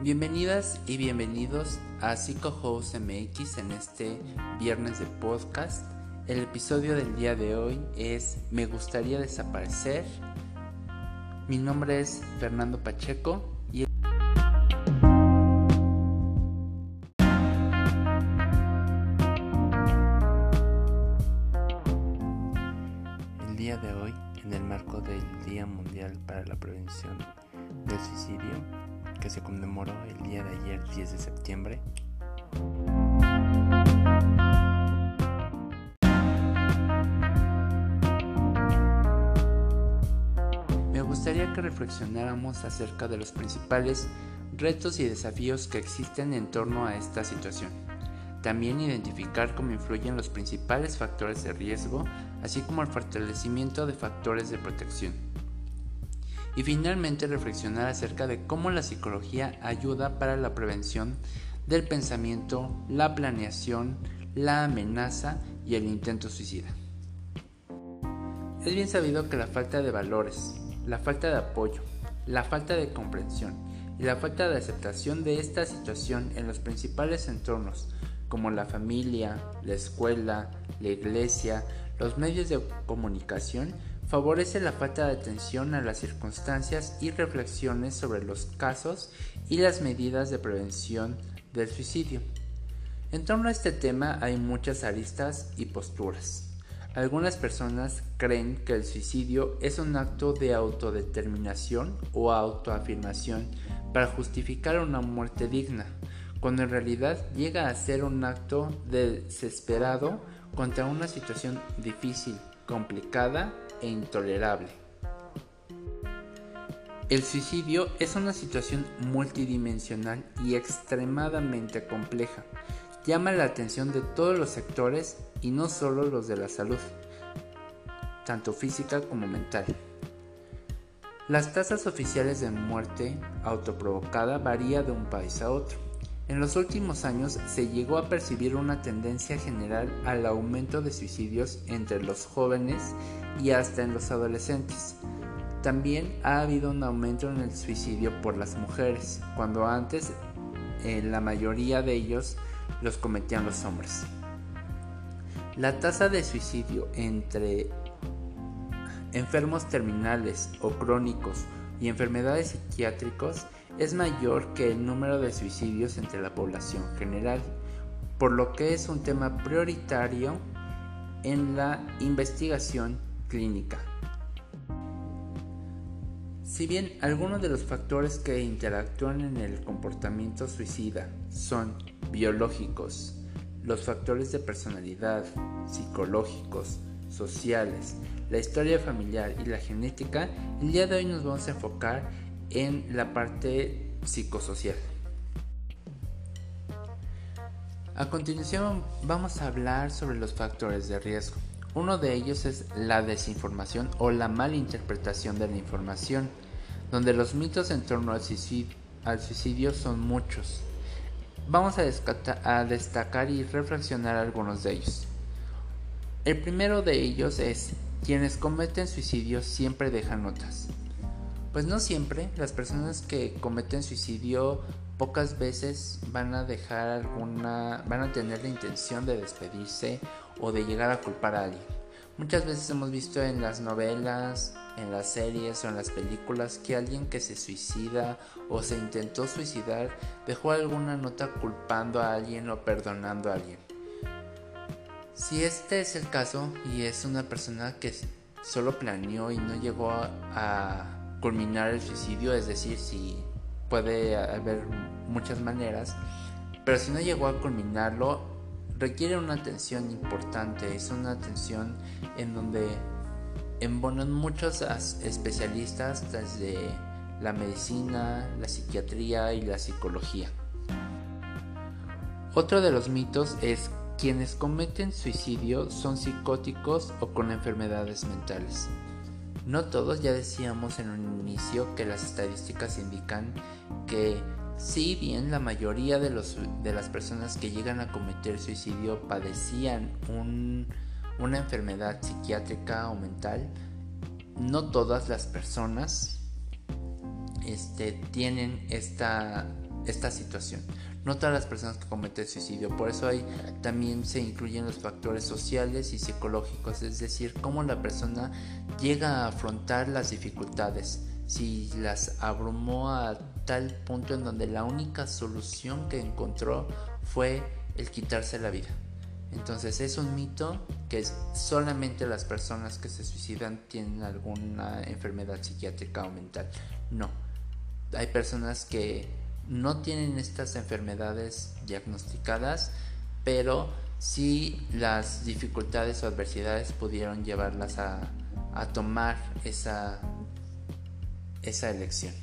Bienvenidas y bienvenidos a PsicoHouse MX en este viernes de podcast. El episodio del día de hoy es Me gustaría desaparecer. Mi nombre es Fernando Pacheco y el día de hoy, en el marco del Día Mundial para la Prevención del Suicidio, que se conmemoró el día de ayer, 10 de septiembre, me gustaría que reflexionáramos acerca de los principales retos y desafíos que existen en torno a esta situación. También identificar cómo influyen los principales factores de riesgo, así como el fortalecimiento de factores de protección. Y finalmente reflexionar acerca de cómo la psicología ayuda para la prevención del pensamiento, la planeación, la amenaza y el intento suicida. Es bien sabido que la falta de valores, la falta de apoyo, la falta de comprensión y la falta de aceptación de esta situación en los principales entornos como la familia, la escuela, la iglesia, los medios de comunicación, favorece la falta de atención a las circunstancias y reflexiones sobre los casos y las medidas de prevención del suicidio. En torno a este tema hay muchas aristas y posturas. Algunas personas creen que el suicidio es un acto de autodeterminación o autoafirmación para justificar una muerte digna, cuando en realidad llega a ser un acto desesperado contra una situación difícil, complicada e intolerable. El suicidio es una situación multidimensional y extremadamente compleja. Llama la atención de todos los sectores y no solo los de la salud, tanto física como mental. Las tasas oficiales de muerte autoprovocada varían de un país a otro. En los últimos años se llegó a percibir una tendencia general al aumento de suicidios entre los jóvenes y hasta en los adolescentes. También ha habido un aumento en el suicidio por las mujeres, cuando antes la mayoría de ellos los cometían los hombres. La tasa de suicidio entre enfermos terminales o crónicos y enfermedades psiquiátricas es mayor que el número de suicidios entre la población general, por lo que es un tema prioritario en la investigación clínica. Si bien algunos de los factores que interactúan en el comportamiento suicida son biológicos, los factores de personalidad, psicológicos, sociales, la historia familiar y la genética, el día de hoy nos vamos a enfocar en la parte psicosocial. A continuación vamos a hablar sobre los factores de riesgo. Uno de ellos es la desinformación o la malinterpretación de la información, donde los mitos en torno al suicidio son muchos. Vamos a destacar y reflexionar algunos de ellos. El primero de ellos es: quienes cometen suicidio siempre dejan notas. Pues no siempre. Las personas que cometen suicidio pocas veces van a tener la intención de despedirse o de llegar a culpar a alguien. Muchas veces hemos visto en las novelas, en las series o en las películas que alguien que se suicida o se intentó suicidar dejó alguna nota culpando a alguien o perdonando a alguien. Si este es el caso y es una persona que solo planeó y no llegó a culminar el suicidio, es decir, si puede haber muchas maneras, pero si no llegó a culminarlo, requiere una atención importante. Es una atención en donde embonan muchos especialistas desde la medicina, la psiquiatría y la psicología. Otro de los mitos es: quienes cometen suicidio son psicóticos o con enfermedades mentales. No todos, ya decíamos en un inicio que las estadísticas indican que si bien la mayoría de las personas que llegan a cometer suicidio padecían una enfermedad psiquiátrica o mental, no todas las personas tienen esta esta situación. No todas las personas que cometen suicidio, por eso también se incluyen los factores sociales y psicológicos, es decir, cómo la persona llega a afrontar las dificultades, si las abrumó a tal punto en donde la única solución que encontró fue el quitarse la vida. Entonces es un mito que solamente las personas que se suicidan tienen alguna enfermedad psiquiátrica o mental. No, hay personas que no tienen estas enfermedades diagnosticadas, pero sí las dificultades o adversidades pudieron llevarlas a tomar esa elección.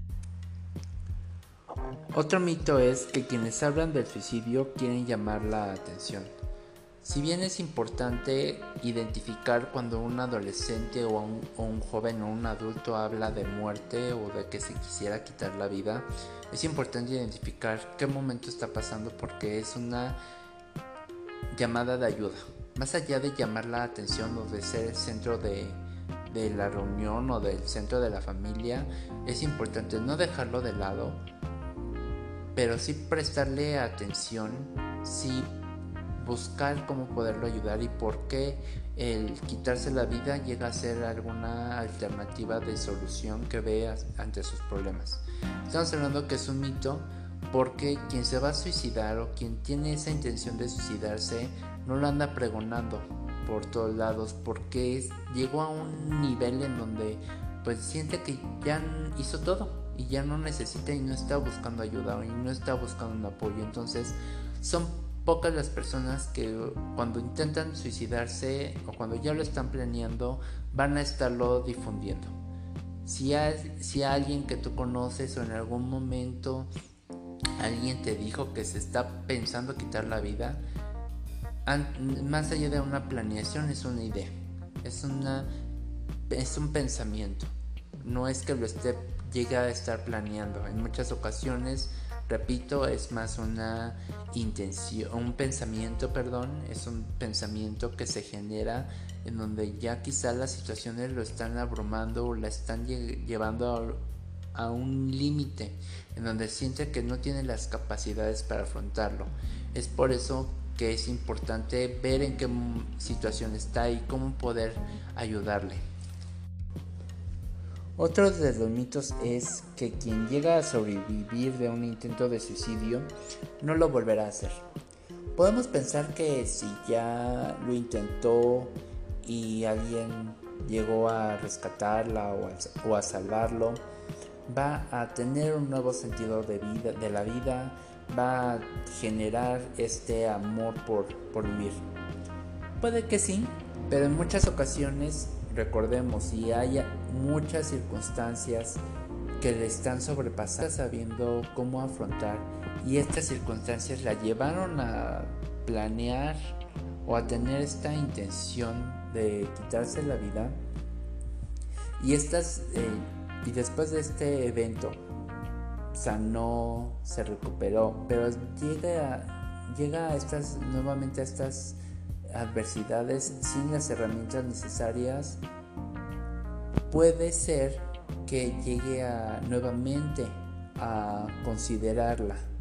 Otro mito es que quienes hablan del suicidio quieren llamar la atención. Si bien es importante identificar cuando un adolescente o un joven o un adulto habla de muerte o de que se quisiera quitar la vida, es importante identificar qué momento está pasando, porque es una llamada de ayuda. Más allá de llamar la atención o de ser el centro de la reunión o del centro de la familia, es importante no dejarlo de lado, pero sí prestarle atención, sí buscar cómo poderlo ayudar y por qué el quitarse la vida llega a ser alguna alternativa de solución que vea ante sus problemas. Estamos hablando que es un mito, porque quien se va a suicidar o quien tiene esa intención de suicidarse no lo anda pregonando por todos lados, porque llegó a un nivel en donde pues siente que ya hizo todo y ya no necesita y no está buscando ayuda y no está buscando un apoyo. Entonces son pocas las personas que cuando intentan suicidarse o cuando ya lo están planeando van a estarlo difundiendo. Si alguien que tú conoces o en algún momento alguien te dijo que se está pensando quitar la vida, más allá de una planeación, es una idea, es un pensamiento, no es que llegue a estar planeando. En muchas ocasiones, repito, es más una intención, es un pensamiento que se genera en donde ya quizá las situaciones lo están abrumando o la están llevando a un límite en donde siente que no tiene las capacidades para afrontarlo. Es por eso que es importante ver en qué situación está y cómo poder ayudarle. Otro de los mitos es que quien llega a sobrevivir de un intento de suicidio no lo volverá a hacer. Podemos pensar que si ya lo intentó y alguien llegó a rescatarla o a salvarlo, va a tener un nuevo sentido de la vida, va a generar este amor por vivir. Puede que sí, pero en muchas ocasiones, recordemos, y hay muchas circunstancias que le están sobrepasando, sabiendo cómo afrontar, y estas circunstancias la llevaron a planear o a tener esta intención de quitarse la vida, y después de este evento sanó, se recuperó, pero llega nuevamente a estas adversidades sin las herramientas necesarias. Puede ser que llegue nuevamente a considerar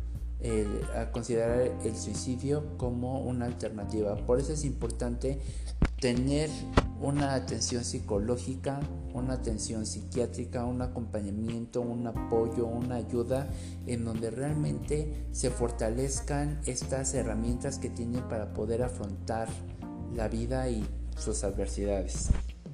el suicidio como una alternativa. Por eso es importante tener una atención psicológica, una atención psiquiátrica, un acompañamiento, un apoyo, una ayuda en donde realmente se fortalezcan estas herramientas que tienen para poder afrontar la vida y sus adversidades.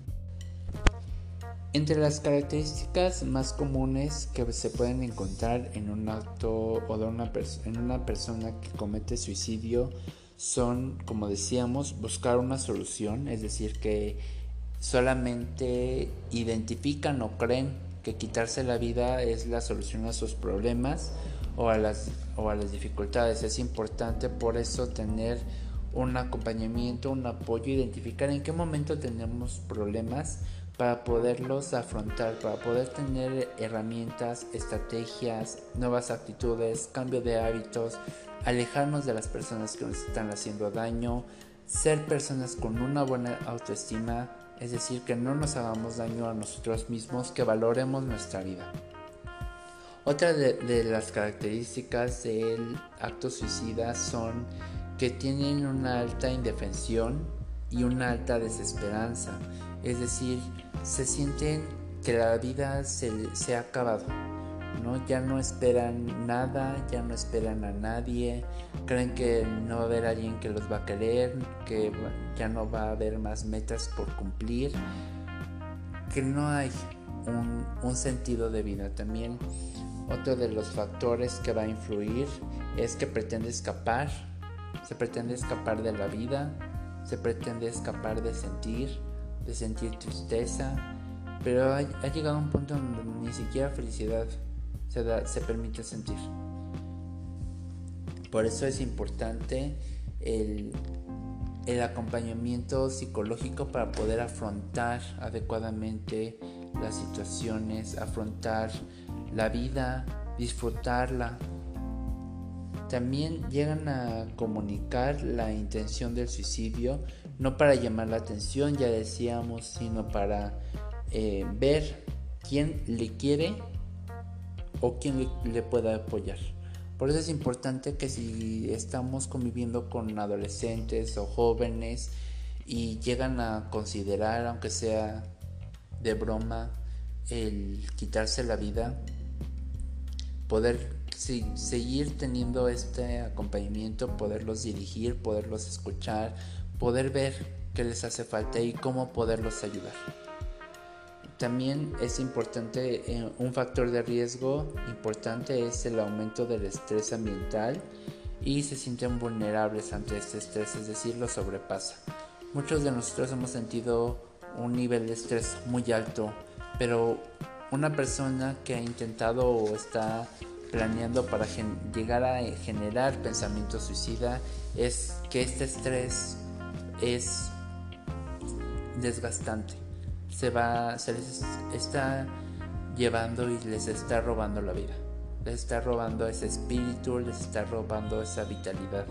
Entre las características más comunes que se pueden encontrar en un acto o en una persona que comete suicidio son, como decíamos, buscar una solución, es decir, que solamente identifican o creen que quitarse la vida es la solución a sus problemas o a las dificultades. Es importante por eso tener un acompañamiento, un apoyo, identificar en qué momento tenemos problemas para poderlos afrontar, para poder tener herramientas, estrategias, nuevas actitudes, cambio de hábitos, alejarnos de las personas que nos están haciendo daño, ser personas con una buena autoestima, es decir, que no nos hagamos daño a nosotros mismos, que valoremos nuestra vida. Otra de las características del acto suicida son que tienen una alta indefensión y una alta desesperanza, es decir, se sienten que la vida se ha acabado, ¿no? Ya no esperan nada, ya no esperan a nadie, creen que no va a haber alguien que los va a querer, que ya no va a haber más metas por cumplir, que no hay un sentido de vida. También otro de los factores que va a influir es que se pretende escapar de la vida, se pretende escapar de sentir tristeza, pero ha llegado a un punto donde ni siquiera felicidad se permite sentir. Por eso es importante el acompañamiento psicológico para poder afrontar adecuadamente las situaciones, afrontar la vida, disfrutarla. También llegan a comunicar la intención del suicidio, no para llamar la atención, ya decíamos, sino para ver quién le quiere o quién le pueda apoyar. Por eso es importante que si estamos conviviendo con adolescentes o jóvenes y llegan a considerar, aunque sea de broma, el quitarse la vida, poder seguir teniendo este acompañamiento, poderlos dirigir, poderlos escuchar, poder ver qué les hace falta y cómo poderlos ayudar. También es importante, un factor de riesgo importante es el aumento del estrés ambiental y se sienten vulnerables ante este estrés, es decir, lo sobrepasa. Muchos de nosotros hemos sentido un nivel de estrés muy alto, pero una persona que ha intentado o está planeando para llegar a generar pensamiento suicida es que este estrés es desgastante. Se les está llevando y les está robando la vida, les está robando ese espíritu, les está robando esa vitalidad.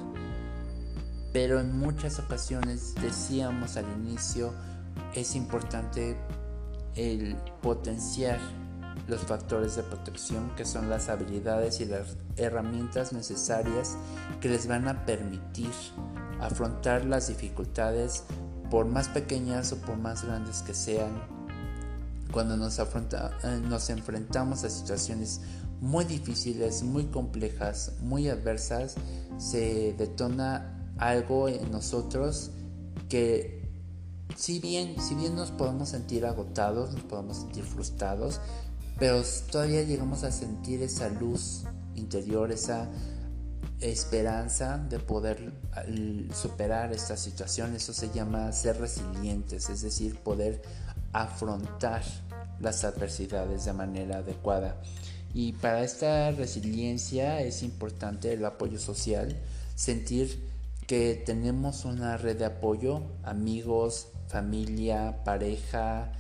Pero en muchas ocasiones, decíamos al inicio, es importante el potenciar los factores de protección, que son las habilidades y las herramientas necesarias que les van a permitir afrontar las dificultades, por más pequeñas o por más grandes que sean. Cuando nos enfrentamos a situaciones muy difíciles, muy complejas, muy adversas, se detona algo en nosotros que si bien nos podemos sentir agotados, nos podemos sentir frustrados, pero todavía llegamos a sentir esa luz interior, esa esperanza de poder superar esta situación. Eso se llama ser resilientes, es decir, poder afrontar las adversidades de manera adecuada. Y para esta resiliencia es importante el apoyo social, sentir que tenemos una red de apoyo, amigos, familia, pareja,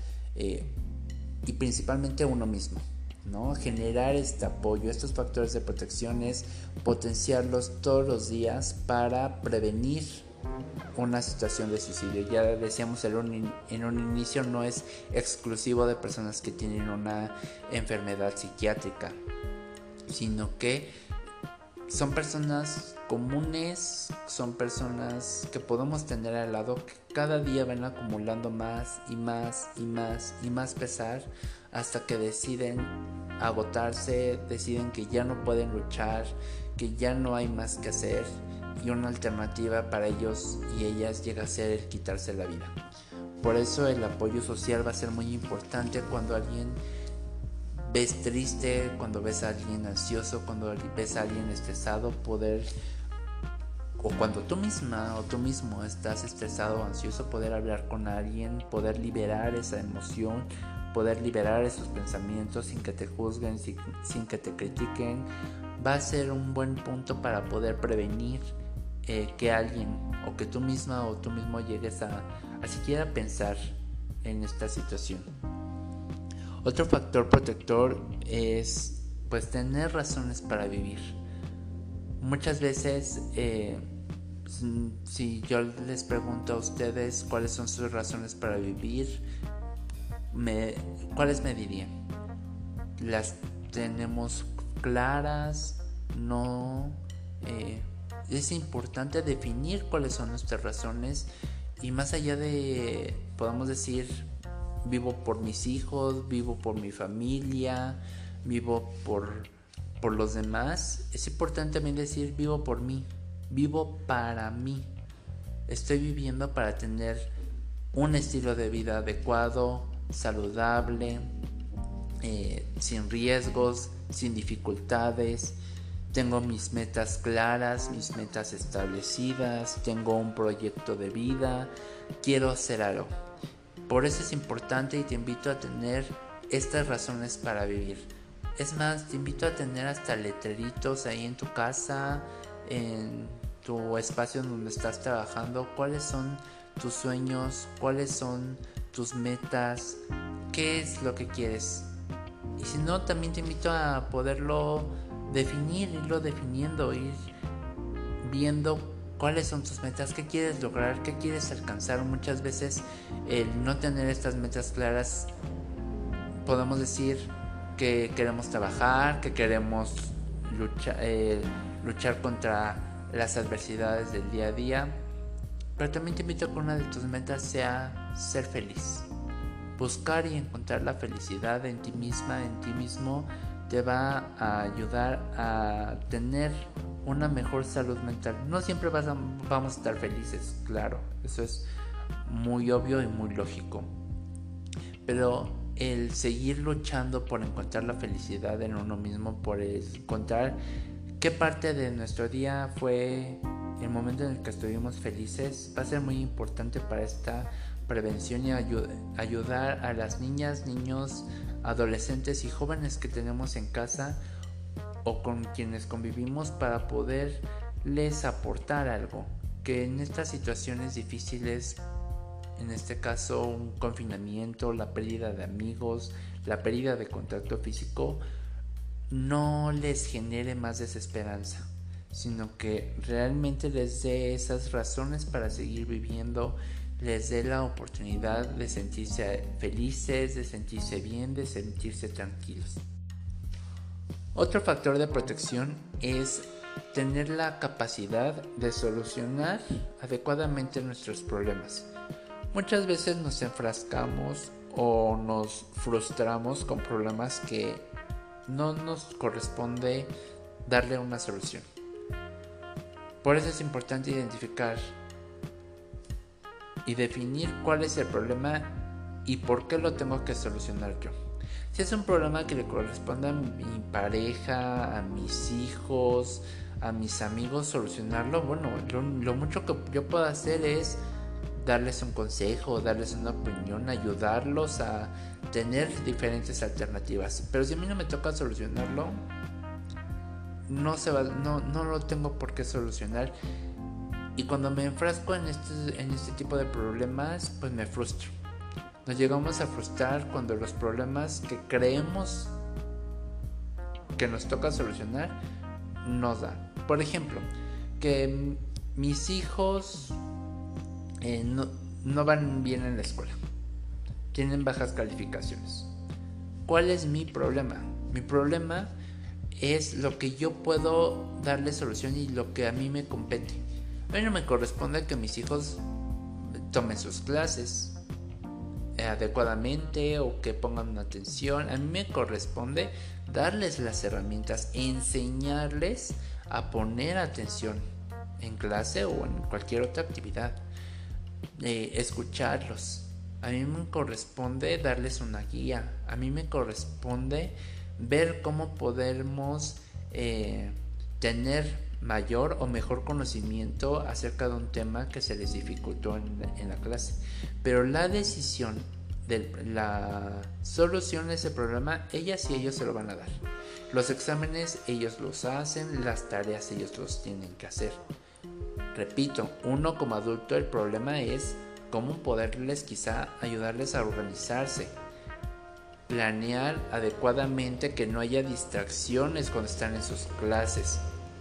y principalmente uno mismo, ¿no? Generar este apoyo, estos factores de protección es potenciarlos todos los días para prevenir una situación de suicidio. Ya decíamos en un inicio, no es exclusivo de personas que tienen una enfermedad psiquiátrica, sino que son personas comunes, son personas que podemos tener al lado, que cada día van acumulando más y más y más y más pesar, hasta que deciden agotarse, deciden que ya no pueden luchar, que ya no hay más que hacer, y una alternativa para ellos y ellas llega a ser el quitarse la vida. Por eso el apoyo social va a ser muy importante cuando alguien ves triste, cuando ves a alguien ansioso, cuando ves a alguien estresado, o cuando tú misma o tú mismo estás estresado o ansioso, poder hablar con alguien, poder liberar esa emoción, poder liberar esos pensamientos sin que te juzguen, sin que te critiquen, va a ser un buen punto para poder prevenir que alguien o que tú misma o tú mismo llegues a siquiera pensar en esta situación. Otro factor protector es pues tener razones para vivir. Muchas veces si yo les pregunto a ustedes cuáles son sus razones para vivir, ¿cuáles me dirían? Las tenemos claras, no es importante definir cuáles son nuestras razones y más allá de, podemos decir, vivo por mis hijos, vivo por mi familia, vivo por los demás, es importante también decir vivo por mí, vivo para mí. Estoy viviendo para tener un estilo de vida adecuado, saludable, sin riesgos, sin dificultades. Tengo mis metas claras, mis metas establecidas, tengo un proyecto de vida, quiero hacer algo. Por eso es importante y te invito a tener estas razones para vivir. Es más, te invito a tener hasta letreritos ahí en tu casa, en tu espacio donde estás trabajando, cuáles son tus sueños, cuáles son tus metas, qué es lo que quieres. Y si no, también te invito a poderlo definir, irlo definiendo, ir viendo cuáles son tus metas, qué quieres lograr, qué quieres alcanzar. Muchas veces el no tener estas metas claras, podemos decir que queremos trabajar, que queremos luchar contra las adversidades del día a día, pero también te invito a que una de tus metas sea ser feliz. Buscar y encontrar la felicidad en ti misma, en ti mismo, te va a ayudar a tener una mejor salud mental. No siempre vamos a estar felices, claro, eso es muy obvio y muy lógico, pero el seguir luchando por encontrar la felicidad en uno mismo, por encontrar qué parte de nuestro día fue el momento en el que estuvimos felices, va a ser muy importante para esta prevención y ayudar a las niñas, niños, adolescentes y jóvenes que tenemos en casa o con quienes convivimos para poderles aportar algo, que en estas situaciones difíciles, en este caso un confinamiento, la pérdida de amigos, la pérdida de contacto físico, no les genere más desesperanza, sino que realmente les dé esas razones para seguir viviendo, les dé la oportunidad de sentirse felices, de sentirse bien, de sentirse tranquilos. Otro factor de protección es tener la capacidad de solucionar adecuadamente nuestros problemas. Muchas veces nos enfrascamos o nos frustramos con problemas que no nos corresponde darle una solución. Por eso es importante identificar y definir cuál es el problema y por qué lo tengo que solucionar yo. Si es un problema que le corresponde a mi pareja, a mis hijos, a mis amigos solucionarlo, bueno, lo mucho que yo puedo hacer es darles un consejo, darles una opinión, ayudarlos a tener diferentes alternativas. Pero si a mí no me toca solucionarlo, no lo tengo por qué solucionar. Y cuando me enfrasco en este tipo de problemas, pues me frustro. Nos llegamos a frustrar cuando los problemas que creemos que nos toca solucionar nos dan. Por ejemplo, que mis hijos no van bien en la escuela, tienen bajas calificaciones. ¿Cuál es mi problema? Mi problema es lo que yo puedo darle solución y lo que a mí me compete. A mí no me corresponde que mis hijos tomen sus clases adecuadamente o que pongan atención. A mí me corresponde darles las herramientas, enseñarles a poner atención en clase o en cualquier otra actividad, escucharlos. A mí me corresponde darles una guía, a mí me corresponde ver cómo podemos tener mayor o mejor conocimiento acerca de un tema que se les dificultó en la clase. Pero la decisión de la solución de ese problema, ellas y ellos se lo van a dar. Los exámenes ellos los hacen, las tareas ellos los tienen que hacer. Repito, uno como adulto, el problema es cómo poderles quizá ayudarles a organizarse, planear adecuadamente, que no haya distracciones cuando están en sus clases.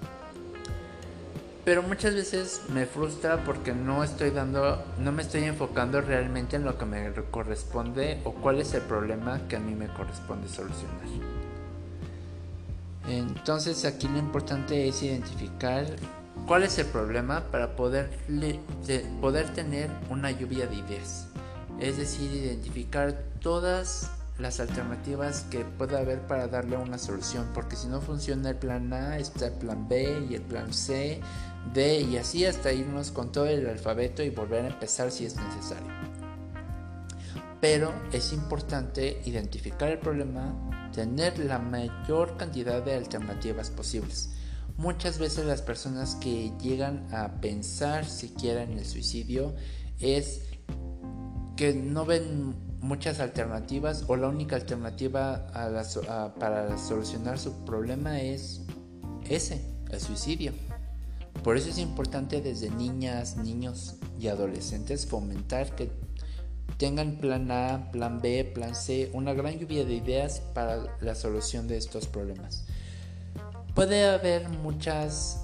Pero muchas veces me frustra porque no me estoy enfocando realmente en lo que me corresponde o cuál es el problema que a mí me corresponde solucionar. Entonces aquí lo importante es identificar cuál es el problema para poder tener una lluvia de ideas. Es decir, identificar todas las alternativas que pueda haber para darle una solución, porque si no funciona el plan A, está el plan B y el plan C, D, y así hasta irnos con todo el alfabeto y volver a empezar si es necesario. Pero es importante identificar el problema, tener la mayor cantidad de alternativas posibles. Muchas veces las personas que llegan a pensar siquiera en el suicidio es que no ven muchas alternativas, o la única alternativa para solucionar su problema es el suicidio. Por eso es importante desde niñas, niños y adolescentes fomentar que tengan plan A, plan B, plan C, una gran lluvia de ideas para la solución de estos problemas. Puede haber muchas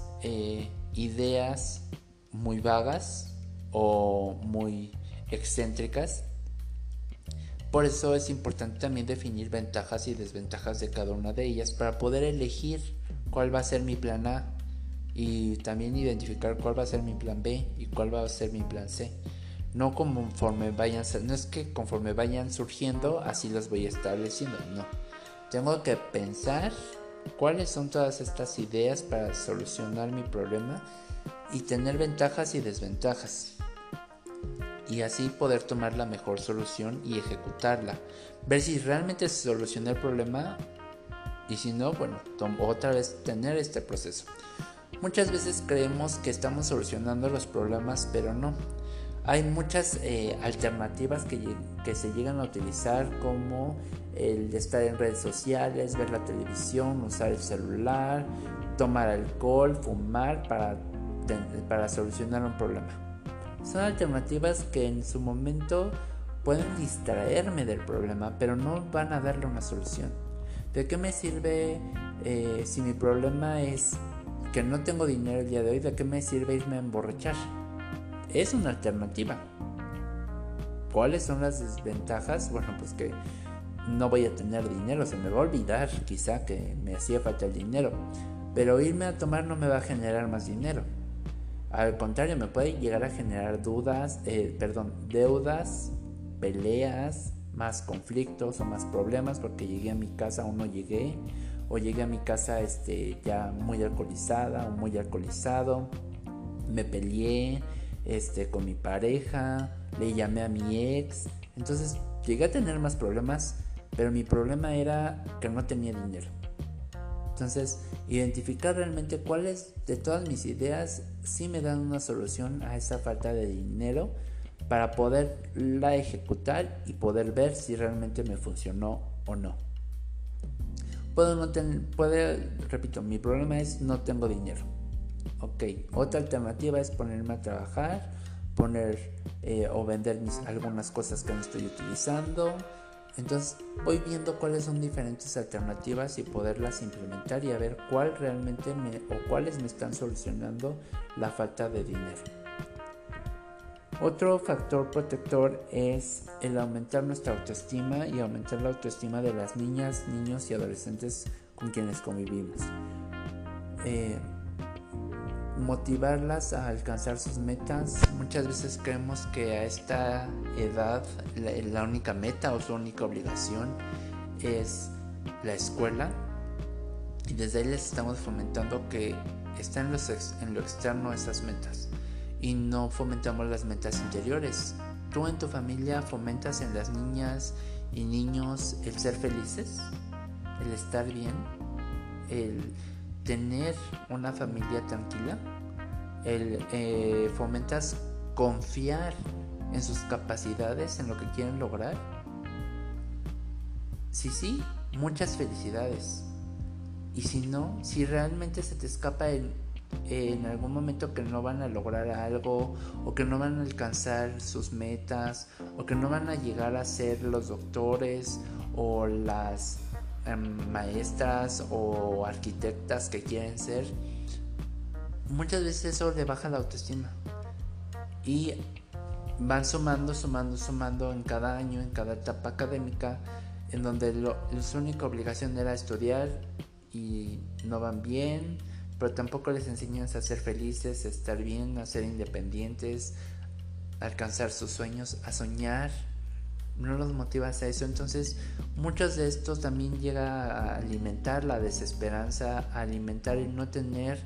ideas muy vagas o muy excéntricas. Por eso es importante también definir ventajas y desventajas de cada una de ellas para poder elegir cuál va a ser mi plan A y también identificar cuál va a ser mi plan B y cuál va a ser mi plan C. No es que conforme vayan surgiendo así los voy estableciendo, no. Tengo que pensar cuáles son todas estas ideas para solucionar mi problema y tener ventajas y desventajas, y así poder tomar la mejor solución y ejecutarla, ver si realmente se soluciona el problema, y si no, bueno, otra vez tener este proceso. Muchas veces creemos que estamos solucionando los problemas, pero no. Hay muchas alternativas que se llegan a utilizar, como el de estar en redes sociales, ver la televisión, usar el celular, tomar alcohol, fumar para solucionar un problema. Son alternativas que en su momento pueden distraerme del problema, pero no van a darle una solución. ¿De qué me sirve si mi problema es que no tengo dinero el día de hoy? ¿De qué me sirve irme a emborrachar? Es una alternativa. ¿Cuáles son las desventajas? Bueno, pues que no voy a tener dinero, se me va a olvidar quizá que me hacía falta el dinero, pero irme a tomar no me va a generar más dinero. Al contrario, me puede llegar a generar deudas, peleas, más conflictos o más problemas, porque llegué a mi casa o no llegué, o llegué a mi casa ya muy alcoholizada o muy alcoholizado, me peleé con mi pareja, le llamé a mi ex, entonces llegué a tener más problemas, pero mi problema era que no tenía dinero. Entonces, identificar realmente cuáles de todas mis ideas sí me dan una solución a esa falta de dinero para poderla ejecutar y poder ver si realmente me funcionó o no. Repito, mi problema es no tengo dinero. Ok, otra alternativa es ponerme a trabajar, o vender algunas cosas que no estoy utilizando. Entonces voy viendo cuáles son diferentes alternativas y poderlas implementar y a ver cuáles me están solucionando la falta de dinero. Otro factor protector es el aumentar nuestra autoestima y aumentar la autoestima de las niñas, niños y adolescentes con quienes convivimos. Motivarlas a alcanzar sus metas. Muchas veces creemos que a esta edad la única meta o su única obligación es la escuela, y desde ahí les estamos fomentando que están en lo externo esas metas y no fomentamos las metas interiores. ¿Tú en tu familia fomentas en las niñas y niños el ser felices, el estar bien, el tener una familia tranquila? ¿Fomentas confiar en sus capacidades, en lo que quieren lograr? Sí, muchas felicidades. Y si no, si realmente se te escapa en algún momento que no van a lograr algo, o que no van a alcanzar sus metas, o que no van a llegar a ser los doctores o las maestras o arquitectas que quieren ser, muchas veces eso le baja la autoestima y van sumando en cada año, en cada etapa académica, en donde su única obligación era estudiar y no van bien, pero tampoco les enseñas a ser felices, a estar bien, a ser independientes, a alcanzar sus sueños, a soñar. No los motivas a eso. Entonces muchos de estos también llega a alimentar la desesperanza, a alimentar el no tener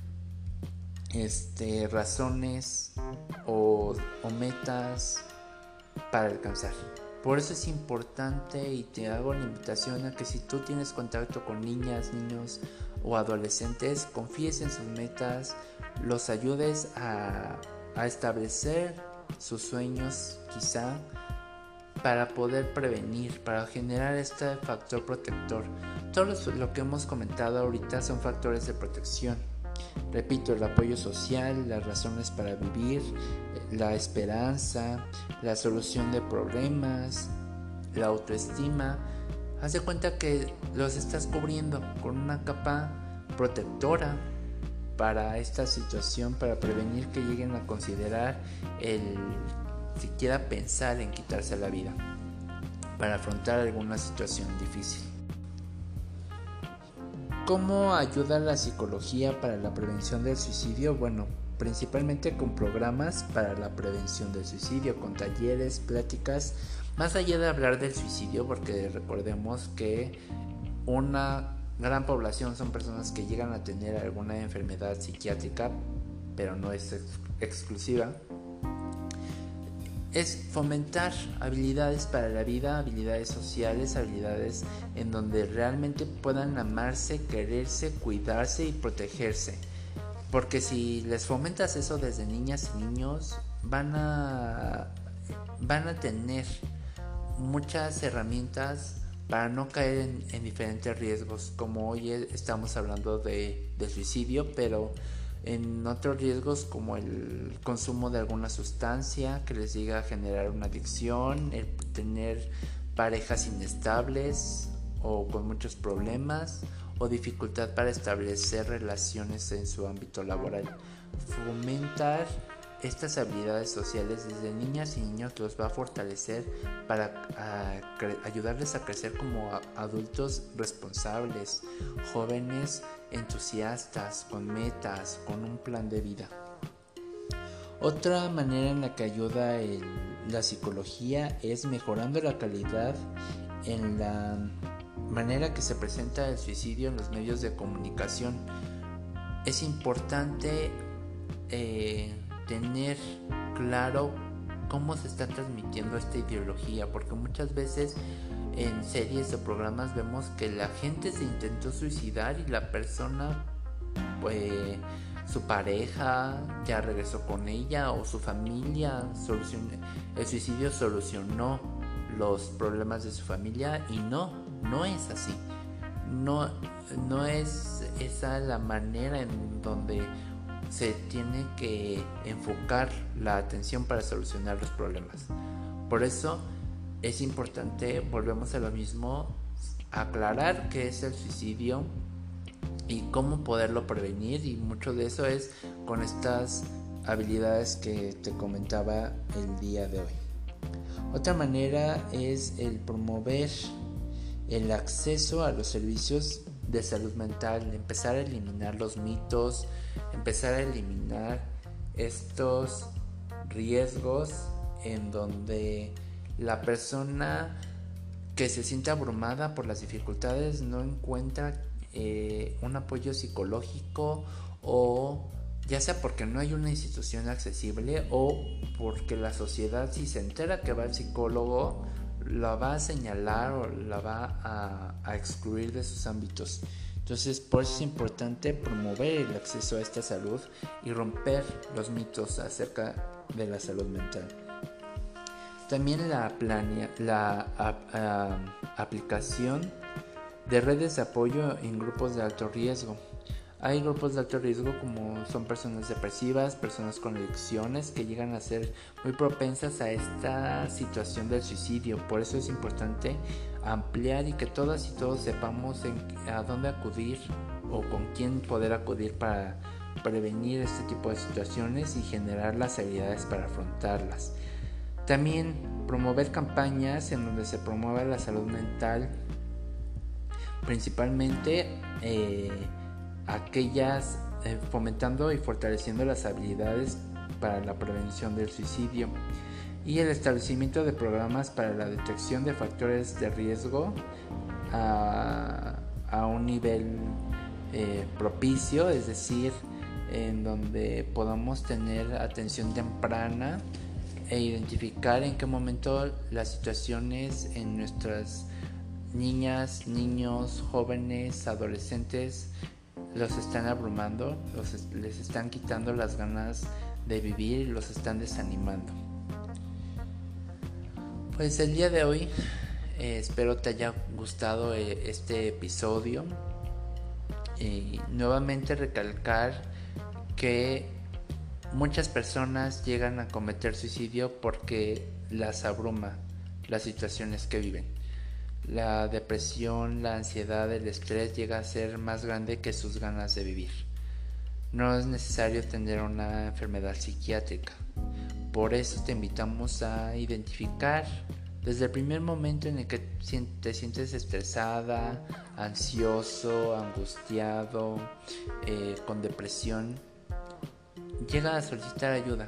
razones o metas para alcanzar. Por eso es importante, y te hago la invitación a que si tú tienes contacto con niñas, niños o adolescentes, confíes en sus metas, los ayudes a establecer sus sueños quizá, para poder prevenir, para generar este factor protector. Todo lo que hemos comentado ahorita son factores de protección. Repito, el apoyo social, las razones para vivir, la esperanza, la solución de problemas, la autoestima. Haz de cuenta que los estás cubriendo con una capa protectora para esta situación, para prevenir que lleguen a considerar el siquiera pensar en quitarse la vida, para afrontar alguna situación difícil. ¿Cómo ayuda la psicología para la prevención del suicidio? Bueno, principalmente con programas para la prevención del suicidio, con talleres, pláticas, más allá de hablar del suicidio, porque recordemos que una gran población son personas que llegan a tener alguna enfermedad psiquiátrica, pero no es exclusiva. Es fomentar habilidades para la vida, habilidades sociales, habilidades en donde realmente puedan amarse, quererse, cuidarse y protegerse. Porque si les fomentas eso desde niñas y niños, van a tener muchas herramientas para no caer en diferentes riesgos, como hoy estamos hablando del suicidio, pero en otros riesgos como el consumo de alguna sustancia que les llegue a generar una adicción, el tener parejas inestables o con muchos problemas, o dificultad para establecer relaciones en su ámbito laboral. Fomentar estas habilidades sociales desde niñas y niños los va a fortalecer para ayudarles a crecer como adultos responsables, jóvenes entusiastas, con metas, con un plan de vida. Otra manera en la que ayuda la psicología es mejorando la calidad en la manera que se presenta el suicidio en los medios de comunicación. Es importante tener claro cómo se está transmitiendo esta ideología, porque muchas veces en series o programas vemos que la gente se intentó suicidar y la persona, pues su pareja ya regresó con ella, o su familia el suicidio solucionó los problemas de su familia, y no es así. No es esa la manera en donde se tiene que enfocar la atención para solucionar los problemas. Por eso es importante, volvemos a lo mismo, aclarar qué es el suicidio y cómo poderlo prevenir, y mucho de eso es con estas habilidades que te comentaba el día de hoy. Otra manera es el promover el acceso a los servicios de salud mental, empezar a eliminar los mitos, empezar a eliminar estos riesgos en donde la persona que se siente abrumada por las dificultades no encuentra un apoyo psicológico, o ya sea porque no hay una institución accesible, o porque la sociedad, si se entera que va al psicólogo, la va a señalar o la va a excluir de sus ámbitos. Entonces, por eso es importante promover el acceso a esta salud y romper los mitos acerca de la salud mental. También la aplicación de redes de apoyo en grupos de alto riesgo. Hay grupos de alto riesgo como son personas depresivas, personas con adicciones, que llegan a ser muy propensas a esta situación del suicidio. Por eso es importante ampliar y que todas y todos sepamos a dónde acudir o con quién poder acudir para prevenir este tipo de situaciones y generar las habilidades para afrontarlas. También promover campañas en donde se promueva la salud mental principalmente aquellas fomentando y fortaleciendo las habilidades para la prevención del suicidio y el establecimiento de programas para la detección de factores de riesgo a un nivel propicio, es decir, en donde podamos tener atención temprana e identificar en qué momento las situaciones en nuestras niñas, niños, jóvenes, adolescentes los están abrumando, les están quitando las ganas de vivir y los están desanimando. Pues el día de hoy espero te haya gustado este episodio y nuevamente recalcar que muchas personas llegan a cometer suicidio porque las abruma las situaciones que viven. La depresión, la ansiedad, el estrés llega a ser más grande que sus ganas de vivir. No es necesario tener una enfermedad psiquiátrica. Por eso te invitamos a identificar desde el primer momento en el que te sientes estresada, ansioso, angustiado, con depresión, llega a solicitar ayuda.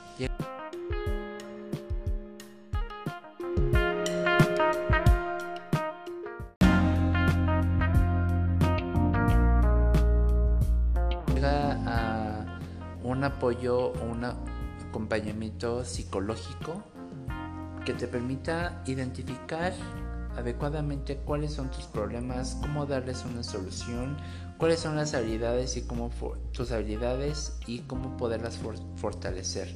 Llega a un apoyo o un acompañamiento psicológico que te permita identificar adecuadamente cuáles son tus problemas, cómo darles una solución, cuáles son las habilidades y cómo tus habilidades y cómo poderlas fortalecer.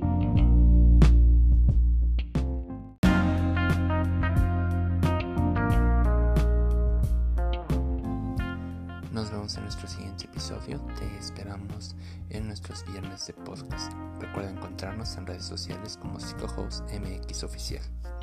Nos vemos en nuestro siguiente episodio. Te esperamos en nuestros viernes de podcast. Recuerda encontrarnos en redes sociales como PsychoHost MX Oficial.